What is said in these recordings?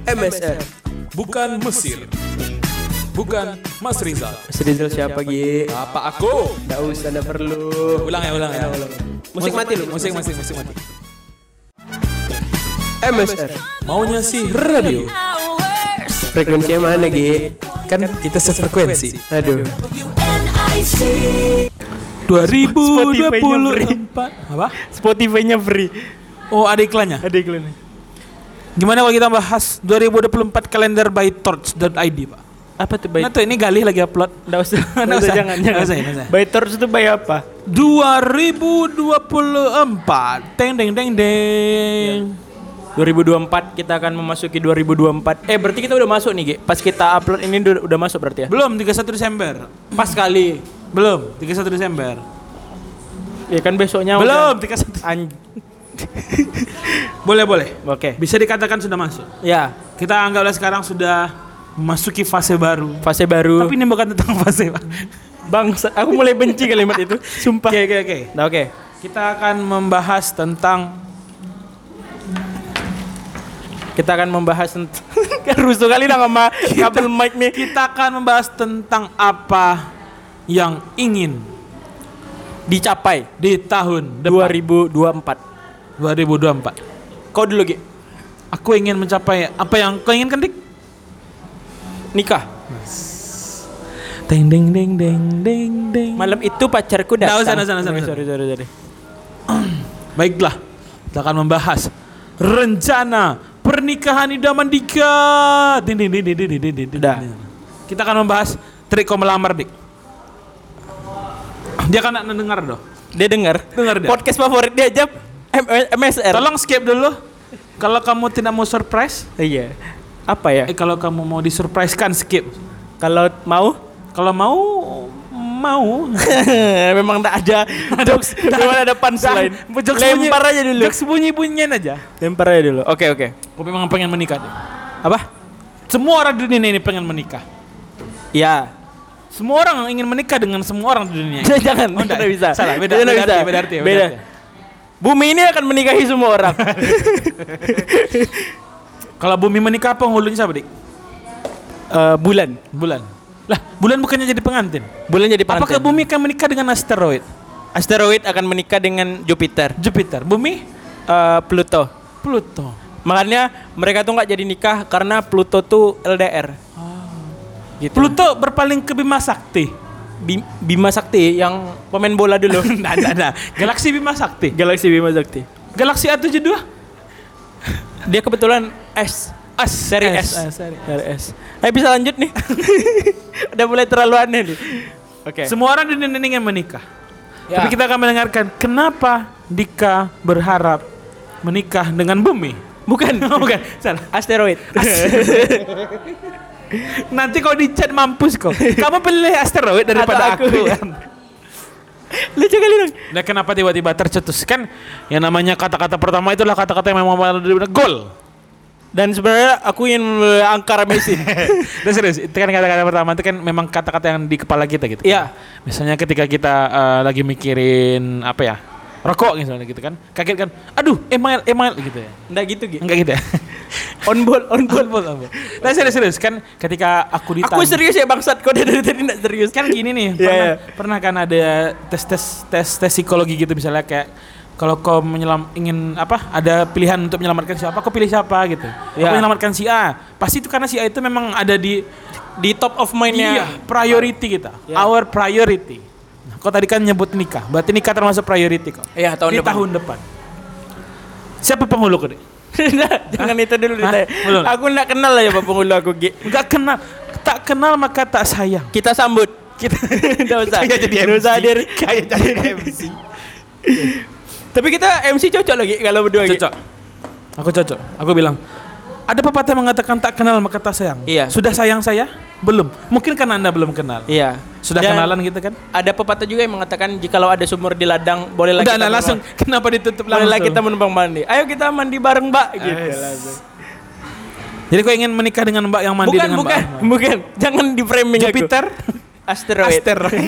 MSR. Bukan Mesir. Bukan Mas Rizal. Mas Rizal siapa Gi? Apa aku? Nggak usah, nggak perlu. Ulang ya. Musik mati lu. Musik mati. MSR. Maunya sih radio. Frekuensinya mana Gi? Kan kita sefrekuensi. Aduh. 2024. Apa? Spotify-nya free. Oh, ada iklannya. Ada iklannya. Gimana kalau kita bahas 2024 kalender by torch.id, Pak? Apa tuh by? Nah tuh ini Galih lagi upload. Nggak usah. Jangan. Nggak usah. By torch itu by apa? 2024. Deng. 2024 kita akan memasuki 2024. Berarti kita udah masuk nih, Ge. Pas kita upload ini udah masuk berarti ya? Belum, 31 Desember. Pas kali. Belum, 31 Desember. Ya kan besoknya Belum, udah. 31. Boleh. Oke. Bisa dikatakan sudah masuk. Ya, Kita anggaplah sekarang sudah memasuki fase baru. fase baru. Tapi ini bukan tentang fase, Pak. Bangsa, aku mulai benci kalimat itu. Sumpah. Oke. Nah, oke. Kita akan membahas tentang Kan rusuh kali dah sama kabel mic nih. Kita akan membahas tentang apa yang ingin Dicapai di tahun depan 2024. 2024. Kau dulu, Ge. Aku ingin mencapai apa yang kau inginkan, Dik? Nikah. Deng. Malam itu pacarku datang. Nggak usah. Sorry. Baiklah, kita akan membahas rencana pernikahan idaman Dika. Udah. Kita akan membahas trik kau melamar, Dik. Dia kan nak mendengar doh. Dia dengar dia. podcast favorit dia aja MSR. Tolong skip dulu. Kalau kamu tidak mau surprise, Iya. Apa ya? kalau kamu mau disurprisekan skip. Kalau mau Kalau mau memang tak ada jokes, memang ada punchline. Lempar aja dulu. Jokes bunyi-bunyian aja. Lempar aja dulu. Oke. Aku memang pengen menikah, Dik. Apa? Semua orang di dunia ini pengen menikah. Ya. Semua orang ingin menikah dengan semua orang di dunia. Jangan, Oh, enggak. tidak bisa. Salah, beda arti. Bumi ini akan menikahi semua orang. Kalau bumi menikah penghulunya siapa, Dik? Bulan. Lah, bulan bukannya jadi pengantin. Bulan jadi pengantin. Apakah bumi akan menikah dengan asteroid? Asteroid akan menikah dengan Jupiter. Bumi? Pluto. Makanya mereka tuh nggak jadi nikah karena Pluto tuh LDR. Gitu. Pluto berpaling ke Bima Sakti. Bima Sakti yang pemain bola dulu. Nah. Galaksi Bima Sakti. Galaksi Bima Sakti. Galaksi A72. Dia kebetulan seri S. Ayo bisa lanjut nih. Udah mulai terlalu aneh nih. Oke. Semua orang di dunia ini ingin menikah. Ya. Tapi kita akan mendengarkan kenapa Dika berharap menikah dengan bumi. Bukan, salah. Asteroid. Nanti kau di chat mampus kau. Kamu pilih asteroid daripada Atau aku. ya. Lucu kali dong. Nah, kenapa tiba-tiba tercetus? Kan yang namanya kata-kata pertama itulah kata-kata yang memang gol. Dan sebenarnya aku ingin angkara Messi. Dan serius, itu kan kata-kata pertama itu kan memang kata-kata yang di kepala kita gitu. Iya. Misalnya ketika kita lagi mikirin apa ya? Rokok misalnya gitu kan. Kaget kan. Aduh, email gitu ya. Enggak gitu, Gi. Enggak gitu ya. On ball. Nah, serius kan ketika aku ditanya. Aku serius ya bangsat, kok dari tadi enggak serius. Kan gini nih, pernah kan ada tes psikologi gitu misalnya kayak kalau kau ingin apa? Ada pilihan untuk menyelamatkan siapa? Kau pilih siapa gitu? Ya. Aku menyelamatkan si A. Pasti itu karena si A itu memang ada di top of mind-nya. Iya, priority kita. Ya. Our priority. Nah, kau tadi kan nyebut nikah. Berarti nikah termasuk priority kau. Iya, tahun depan. Siapa penghulu kau, Dik? Jangan itu dulu ditanya. Belum. Aku enggak kenal aja Pak penghulu aku, Gi. Enggak kenal. Tak kenal maka tak sayang. Kita sambut. Enggak usah. Kayak jadi MC. Kayak jadi MC. Tapi kita MC cocok lagi kalau berdua, Gi. Cocok. Aku cocok. Aku bilang, ada pepatah mengatakan tak kenal maka tak sayang. Iya. Sudah sayang saya? Belum. Mungkin karena Anda belum kenal. Iya. Sudah Dan kenalan gitu kan? Ada pepatah juga yang mengatakan jikalau ada sumur di ladang, bolehlah Udah, kita langsung. Kenapa ditutup langsung? Bolehlah kita menumpang mandi. Ayo kita mandi bareng, Mbak, gitu. Langsung. Jadi kau ingin menikah dengan Mbak yang mandi dengan Mbak? Bukan. Jangan di framing Jupiter? Asteroid.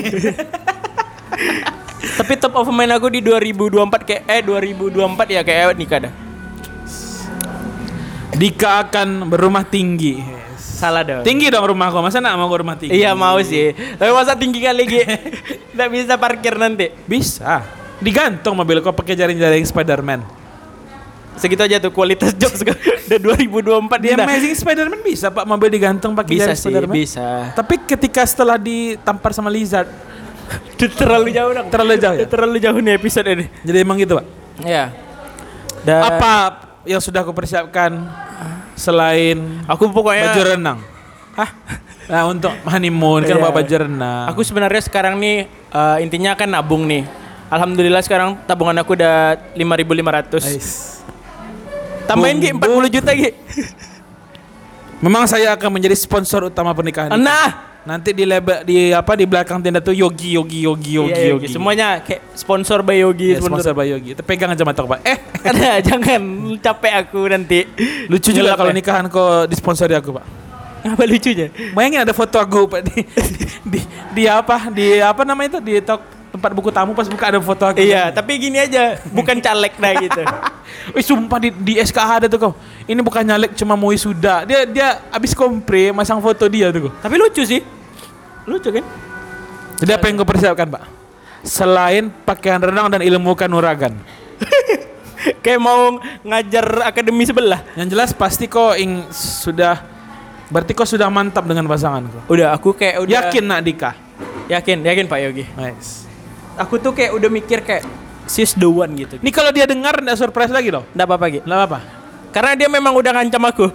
Tapi top of mind aku di 2024 2024 ya kayak nikah dah. Dika akan berumah tinggi. Salah dong. Tinggi dong rumahku, masa nak mau ke rumah tinggi? Iya mau sih. Tapi masa tinggi kali Gi? Nggak bisa parkir nanti. Bisa. Digantung mobil kau pakai jaring-jaring Spiderman. Segitu aja tuh kualitas jokes udah 2024 Di Amazing Spiderman bisa Pak mobil digantung pakai Bisa jaring sih, Spiderman. bisa. Tapi ketika setelah ditampar sama lizard, Terlalu jauh dong. terlalu jauh ya. Terlalu jauh nih episode ini. Jadi emang gitu Pak. Iya. Dan Apa yang sudah aku persiapkan selain aku pokoknya baju renang? Hah? Nah untuk honeymoon kan Iya. bawa baju renang. Aku sebenarnya sekarang nih intinya kan nabung nih. Alhamdulillah sekarang tabungan aku udah 5.500. Ais. Tambahin Gi 40 juta Gi. Memang saya akan menjadi sponsor utama pernikahan. ini. Nah, Nanti di di belakang tenda tuh Yogi. iya, Yogi. Semuanya kayak sponsor by Yogi, Ya, sponsor by Yogi. Pegang aja mata Pak. Ada, jangan capek aku nanti. Lucu juga Ngelap kalau ya? nikahan kok disponsori aku Pak. Apa lucunya? Bayangin ada foto aku Pak di apa namanya itu di tempat buku tamu pas buka ada foto aku. Iya, tapi gini aja, bukan caleg dah gitu. Wih sumpah di SKH ada tuh kau. Ini bukan nyalek cuma mau wisuda. Dia abis kompre masang foto dia tuh kau. Tapi lucu sih. Lucu kan? Jadi apa yang kau persiapkan Pak? Selain pakaian renang dan ilmu kanuragan. Kayak mau ngajar akademi sebelah. Yang jelas pasti kau berarti kau sudah mantap dengan pasangan kau. Udah, aku kayak udah Yakin nak Dika? Yakin Pak Yogi. Nice. Aku tuh kayak udah mikir kayak she's the one gitu. Ini kalau dia dengar nggak surprise lagi loh. Nggak apa-apa Gi. Nggak apa-apa. Karena dia memang udah ngancam aku.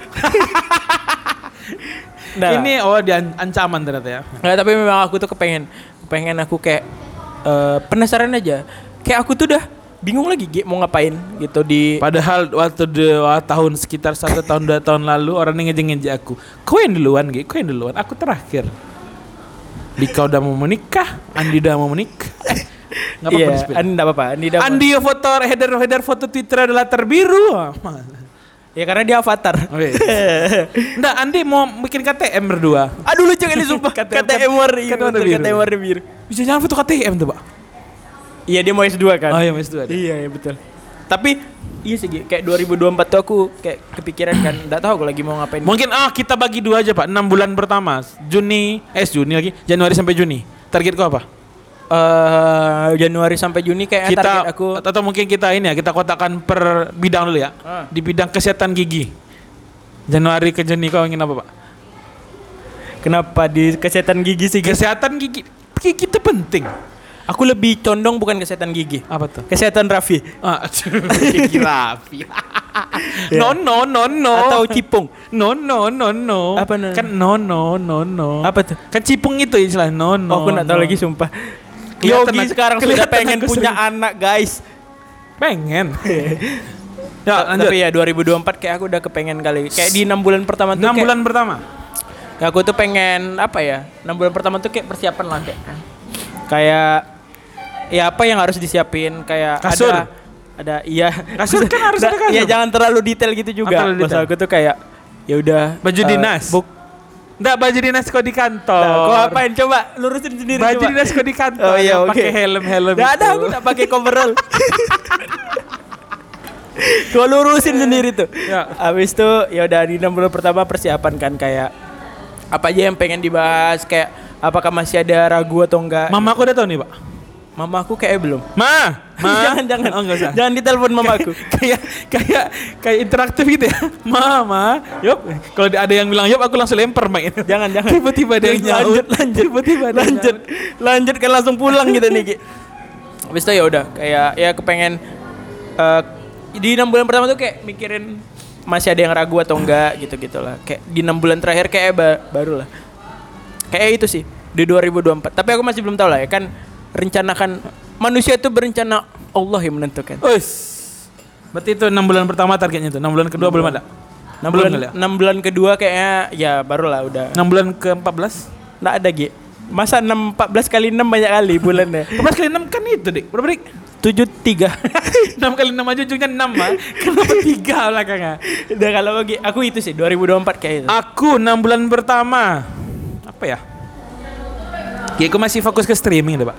Nah, Ini dia ancaman ternyata ya. nggak, tapi memang aku tuh kepengen aku kayak penasaran aja. Kayak aku tuh udah bingung lagi Gi, mau ngapain gitu di Padahal waktu tahun sekitar 1 tahun 2 tahun lalu orang yang ngejek aku. Kau yang duluan Gi, kau yang duluan. Aku terakhir. Dika udah mau menikah, Andi udah mau menikah. Nggak apa-apa Iya, di-spill. nggak apa-apa. Andi foto header foto Twitter adalah terbiru. Ya karena dia avatar. Oke. Nggak, Andi mau bikin KTM berdua. Aduh lucu kali sumpah. KTM warna biru. KTM warna biru. Bisa jangan foto KTM tuh Pak. Iya dia mau S2 kan. Oh iya Mas itu ada. Iya betul. Tapi iya sih Gi, kayak 2024 tuh aku kayak kepikiran kan. Nggak tahu aku lagi mau ngapain. Mungkin kita bagi 2 aja Pak. 6 bulan pertama Juni lagi Januari sampai Juni. Target kau apa? Januari sampai Juni kayak target aku. Atau mungkin kita ini ya, kita kotakkan per bidang dulu ya. Di bidang kesehatan gigi. Januari ke Juni kau ingin apa Pak? Kenapa di kesehatan gigi sih Gi? Kesehatan gigi itu penting. Aku lebih condong bukan kesehatan gigi. Apa tuh? Kesehatan Raffi. Gigi Raffi. No. Atau cipung. No. Apa no? Kan no. Apa tuh? Kan cipung itu istilah no. Oh, aku nggak tahu lagi sumpah. Kelihatan Yogi aku- sekarang sudah kelihatan pengen aku punya sering. anak guys. Pengen. Ya, lanjut. Tapi ya 2024 kayak aku udah kepengen kali. Kayak di 6 bulan pertama tuh 6 kayak, bulan pertama. ya aku tuh pengen apa ya? 6 bulan pertama tuh kayak persiapan lah kayak ya apa yang harus disiapin kayak Kasur. ada iya Kasur kan harus ada kasur. Iya jangan terlalu detail gitu juga. Terlalu Maksud detail. aku tuh kayak ya udah Baju dinas. Nggak, baju dinas kok di kantor. Nah, kau apain coba lurusin sendiri Baju coba. dinas kok di kantor. Oh iya yang oke. Pakai helm Nggak ada itu. aku tak pakai coverall. Kau lurusin sendiri tuh. Ya. Habis itu ya udah di 6 bulan pertama persiapan kan kayak apa aja yang pengen dibahas kayak apakah masih ada ragu atau enggak. Mama aku udah tahu nih Pak. Mama aku kayak belum. Ma. jangan. Oh enggak usah. Jangan ditelepon mamaku. kayak interaktif gitu ya. Mama, yop. Kalau ada yang bilang yop, aku langsung lempar main. jangan. Tiba-tiba ada yang nyaut. Tiba-tiba ada yang nyaut. Lanjut kan langsung pulang gitu nih Ki. Habis itu ya udah kayak ya kepengen di 6 bulan pertama tuh kayak mikirin masih ada yang ragu atau enggak gitu-gitulah. Kayak di 6 bulan terakhir kayak baru lah. Kayak itu sih di 2024. Tapi aku masih belum tahu lah ya kan rencanakan manusia itu berencana Allah yang menentukan. Us. Berarti itu 6 bulan pertama targetnya tuh. 6 bulan kedua belum ada. 6 Belum bulan, kali ya? 6 bulan kedua kayaknya ya barulah udah. 6 bulan ke-14. Nggak ada Gi. Masa 14 kali 6 banyak kali bulannya. 14 kali 6 kan itu Dik. Berapa Dik? 73. 6 kali 6 aja ujungnya 6 mah. Kenapa 3 belakangnya? Udah kalau bagi aku itu sih 2024 kayak itu. Aku 6 bulan pertama. Apa ya? Ya aku masih fokus ke streaming deh Pak.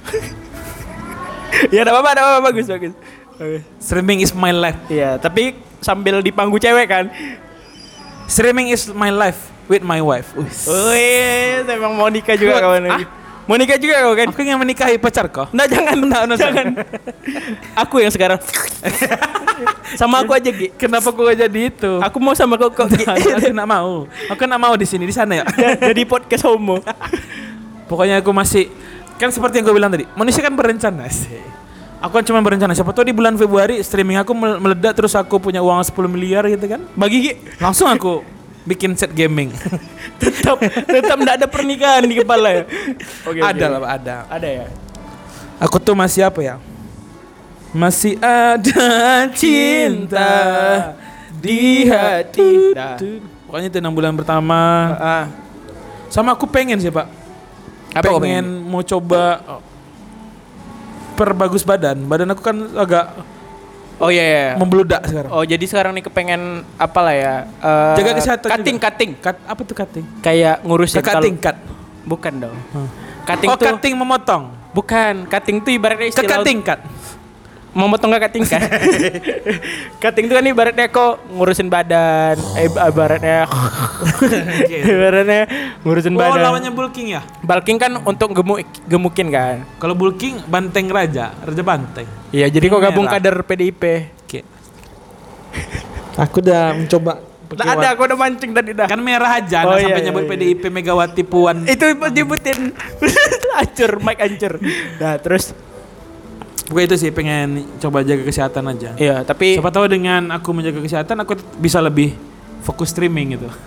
Ya enggak apa-apa bagus. Streaming is my life. Iya, tapi sambil dipanggu cewek kan. Streaming is my life with my wife. Wih, emang mau nikah juga kawan lagi. Mau nikah juga kau kan? Aku ingin menikahi pacar kau. Nah jangan, jangan. Aku yang sekarang. Sama aku aja Gi. Kenapa kau gak jadi itu? Aku mau sama kau Gi. Aku nak mau. Aku nak mau di sini, di sana ya. Jadi podcast homo. Pokoknya aku masih kan seperti yang kau bilang tadi. Manusia kan berencana sih. Aku kan cuma berencana. Siapa tahu di bulan Februari streaming aku meledak terus aku punya uang 10 miliar gitu kan. Bagi Gi. Langsung aku bikin set gaming. tetap enggak ada pernikahan di kepala ya. Oke, ada lah, ada. Ada ya. Aku tuh masih apa ya? Masih ada cinta di hati. Pokoknya itu 6 bulan pertama. Sama aku pengen sih Pak. Apa kau pengen mau coba perbagus badan. Badan aku kan agak Oh iya. membludak sekarang. Oh jadi sekarang nih kepengen apalah ya? Jaga kesehatan Cutting, juga. cutting. Apa tuh cutting? Kayak ngurusin Cutting cut. Bukan dong. Cutting Oh tuh cutting memotong. bukan. Cutting tuh ibaratnya istilah Cutting cut. memotong gak cutting kan? Cutting tuh kan ibaratnya kok ngurusin badan, ibaratnya ibaratnya ngurusin Oh badan. lawannya bulking ya? Bulking kan untuk gemukin kan? Kalau bulking banteng raja banteng. Iya, jadi kok gabung Merah. kader PDIP. Oke. Aku udah mencoba. Nah, ada aku udah mancing tadi dah. Kan merah aja, Oh, nah, iya, sampai iya, nyebut iya. PDIP Megawati Puan. Itu nyebutin hancur, mic hancur. Nah, terus Bukan itu sih, pengen coba jaga kesehatan aja. iya, tapi Siapa tahu dengan aku menjaga kesehatan, aku bisa lebih fokus streaming gitu.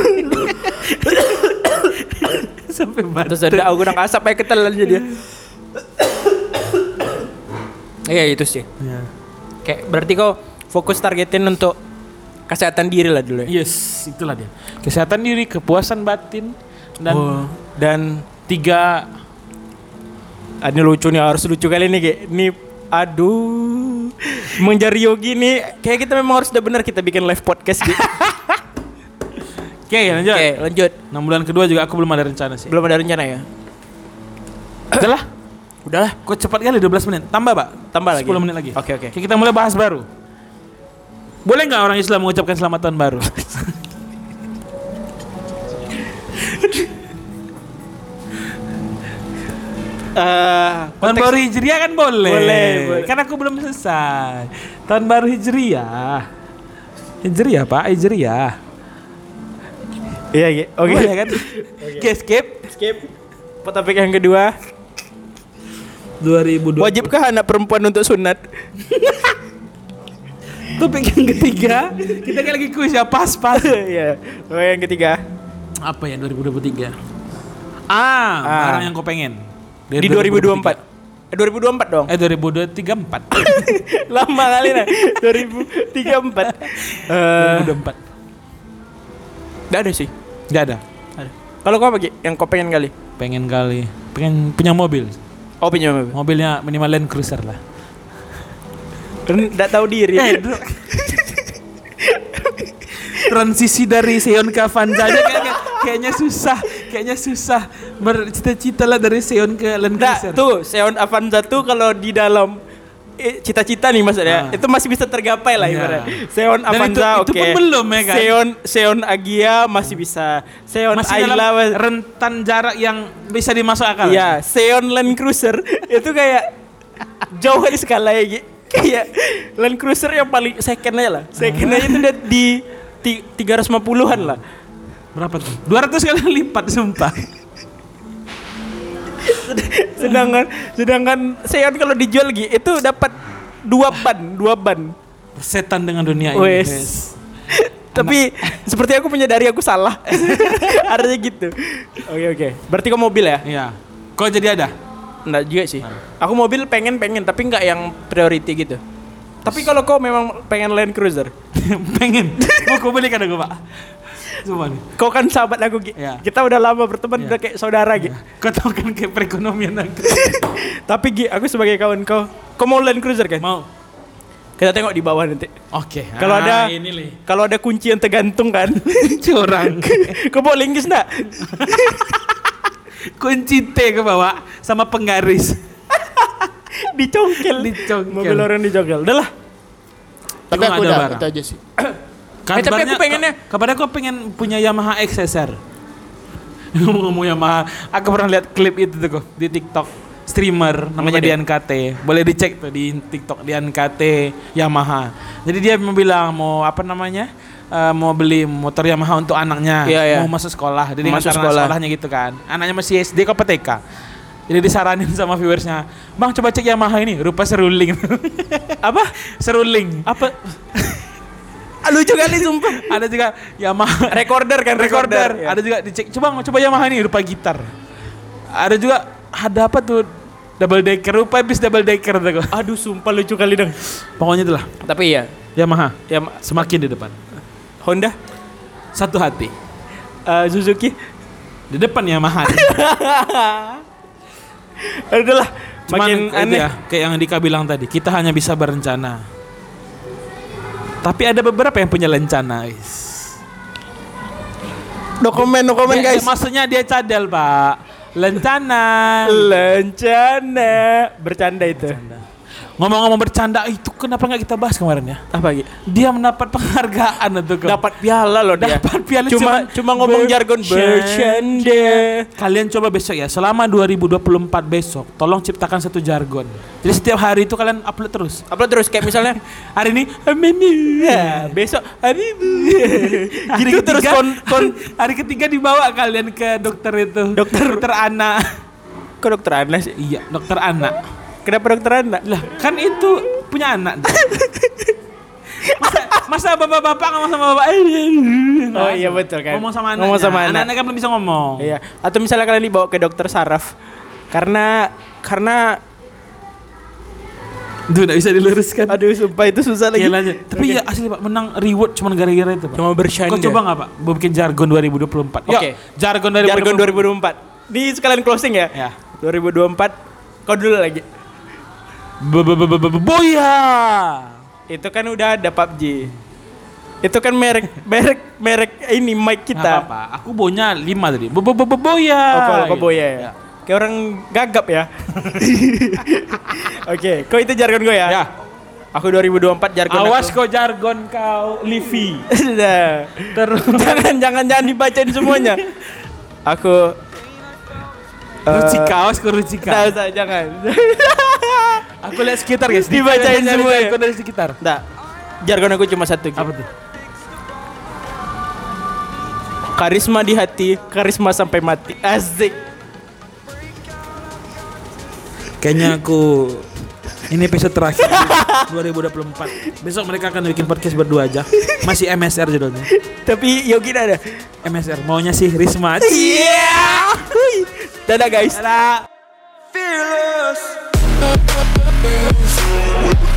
Sampai terus ada aku udah asap aja ketelan jadi. Iya, itu sih. Ya. Kayak berarti kau fokus targetin untuk kesehatan diri lah dulu ya. Yes, itulah dia. Kesehatan diri, kepuasan batin, dan 3. Ini lucu nih, harus lucu kali nih kayak ini. Aduh, menjadi yogi nih kayak kita memang harus udah benar kita bikin live podcast gitu. Oke, lanjut. Oke, lanjut. 6 bulan kedua juga aku belum ada rencana sih. Belum ada rencana ya? Udahlah. Udahlah, Kok cepat kali 12 menit. Tambah, Pak. tambah lagi. 10 menit lagi. Oke. Oke, kita mulai bahas baru. Boleh nggak orang Islam mengucapkan selamat tahun baru? Tahun baru Hijriah kan boleh. Boleh. Kan aku belum selesai. Tahun baru Hijriah. Hijriah, Pak. Hijriah. Iya, iya. Oke. Boleh kan? Oke, skip. Skip. Topik yang kedua. 2020. Wajibkah anak perempuan untuk sunat? Topik yang ketiga. Kita kan lagi kuis ya, pas. Iya. Oh, yang ketiga. Apa ya 2023? Barang yang kau pengen. Di 2024. 2024 dong. 2034. Lama kali nah. 2034. 2024. Enggak ada sih. Gak ada. Kalau kau apa Gi? Yang kau pengen kali? Pengen punya mobil. Oh, punya mobil. Mobilnya minimal Land Cruiser lah. Enggak tahu diri. Transisi dari Xeon ke Avanza aja kayaknya susah bercita-cita lah dari Xeon ke Land Cruiser. Tuh, Xeon Avanza tuh kalau di dalam cita-cita nih maksudnya, itu masih bisa tergapai lah ibaratnya. Xeon Dan Avanza itu oke. pun belum ya kan. Xeon Agia masih bisa. Xeon Masih Ayla dalam rentan jarak yang bisa dimasuk akal. ya, Xeon Land Cruiser itu kayak jauh dari skala ya Gi. Kayak Land Cruiser yang paling second aja lah. Second aja itu udah di 350-an lah. Berapa tuh? 200 kali lipat sumpah. Sedangkan Xeon kalau dijual Gi itu dapat 2 ban. Setan dengan dunia ini. Wes. Wes. Tapi seperti aku menyadari aku salah. Artinya gitu. Oke. Berarti kau mobil ya? Iya. Kok jadi ada? Enggak juga sih. Aku mobil pengen tapi enggak yang priority gitu. Tapi kalau kau memang pengen Land Cruiser, Pengen. Mau kau belikan aku, Pak. Coba nih. kau kan sahabat aku Gi. Iya. Kita udah lama berteman, Iya. udah kayak saudara Gi. Kau tahu kan kayak perekonomian aku. Tapi Gi, aku sebagai kawan kau mau Land Cruiser kan? Mau. Kita tengok di bawah nanti. Oke. Kalau ada ini nih. kalau ada kunci yang tergantung kan. Curang. Kau bawa linggis enggak? Kunci T ke bawah sama penggaris. Dicongkel. Dicongkel. Mobil orang dicongkel. Udah lah. Tapi Cuma aku ada udah barang. itu aja sih. Kabarnya, tapi aku pengennya kabarnya aku pengen punya Yamaha XSR. Ngomong Yamaha, aku pernah lihat klip itu tuh di TikTok. Streamer namanya Apa dia? DNKT. Boleh dicek tuh di TikTok DNKT Yamaha. Jadi dia mau bilang mau apa namanya? Mau beli motor Yamaha untuk anaknya, Iya, iya. mau masuk sekolah. Jadi Masuk ngantar sekolah. sekolahnya gitu kan. Anaknya masih SD kok PTK. Jadi disaranin sama viewersnya, "Bang, coba cek Yamaha ini, rupa seruling." apa? Seruling. Apa? Lucu kali sumpah. Ada juga Yamaha Recorder kan, recorder. Ya. Ada juga dicek. Coba Yamaha ini rupa gitar. Ada juga ada apa tuh? Double decker, rupa bis double decker tuh. Aduh, sumpah lucu kali dong. Pokoknya itulah Tapi iya, Yamaha ya semakin di depan. Honda, Satu hati. Suzuki. Di depan Yamaha. Udahlah, Cuman makin itu aneh. ya, kayak yang Dika bilang tadi, kita hanya bisa berencana. Tapi ada beberapa yang punya lencana, guys. Dokumen guys. Maksudnya dia cadel, Pak. Lencana. Lencana. Bercanda itu. Ngomong-ngomong bercanda itu kenapa nggak kita bahas kemarin ya? Apa gitu? Dia mendapat penghargaan itu kok. Dapat piala loh dia. Dapat piala cuma ngomong jargon bercanda. Kalian coba besok ya, selama 2024 besok, tolong ciptakan satu jargon. Jadi setiap hari itu kalian upload terus. Upload terus kayak misalnya Hari ini ya, besok hari hari gitu terus hari ketiga dibawa kalian ke dokter itu. Dokter Ana. ke dokter Ana sih. Iya, dokter Ana. Kenapa dokter Ana? Lah, kan itu punya anak. Masa bapak-bapak ngomong sama bapak? Oh iya betul kan. Ngomong sama anak. Ngomong sama anak. Anak-anak kan belum bisa ngomong. Iya. Atau misalnya kalian dibawa ke dokter saraf. Karena Duh, gak bisa diluruskan. aduh sumpah itu susah lagi. Iya lanjut. Tapi ya asli Pak, menang reward cuma gara-gara itu Pak. Cuma bercanda. Kau coba gak Pak, bikin jargon 2024? Oke. Jargon Jargon 2024. 2024. Di sekalian closing ya. Ya. 2024. Kau dulu lagi. Boya. Itu kan udah ada PUBG. Itu kan merek ini mic Kita. kita. Apa? Aku bonya 5 tadi. Boya. Oh, kau boya ya. Kayak orang gagap ya. Oke, kau itu jargon gue ya. Ya. Aku 2024 jargon Awas aku. kau jargon kau Livi. Sudah. Terus jangan dibacain semuanya. Aku Rucika, awas kau Rucika. Usah, jangan. Aku lihat sekitar guys. Dibacain semua ya? Kau dari sekitar. Nggak, jargon aku cuma satu. Apa tuh? Karisma di hati, karisma sampai mati. Asik. Kayaknya aku ini episode terakhir 2024. Besok mereka akan bikin podcast berdua aja. Masih MSR judulnya. Tapi Yogi ada. MSR maunya sih Risma. Iya. Dadah guys. Dadah. Fearless.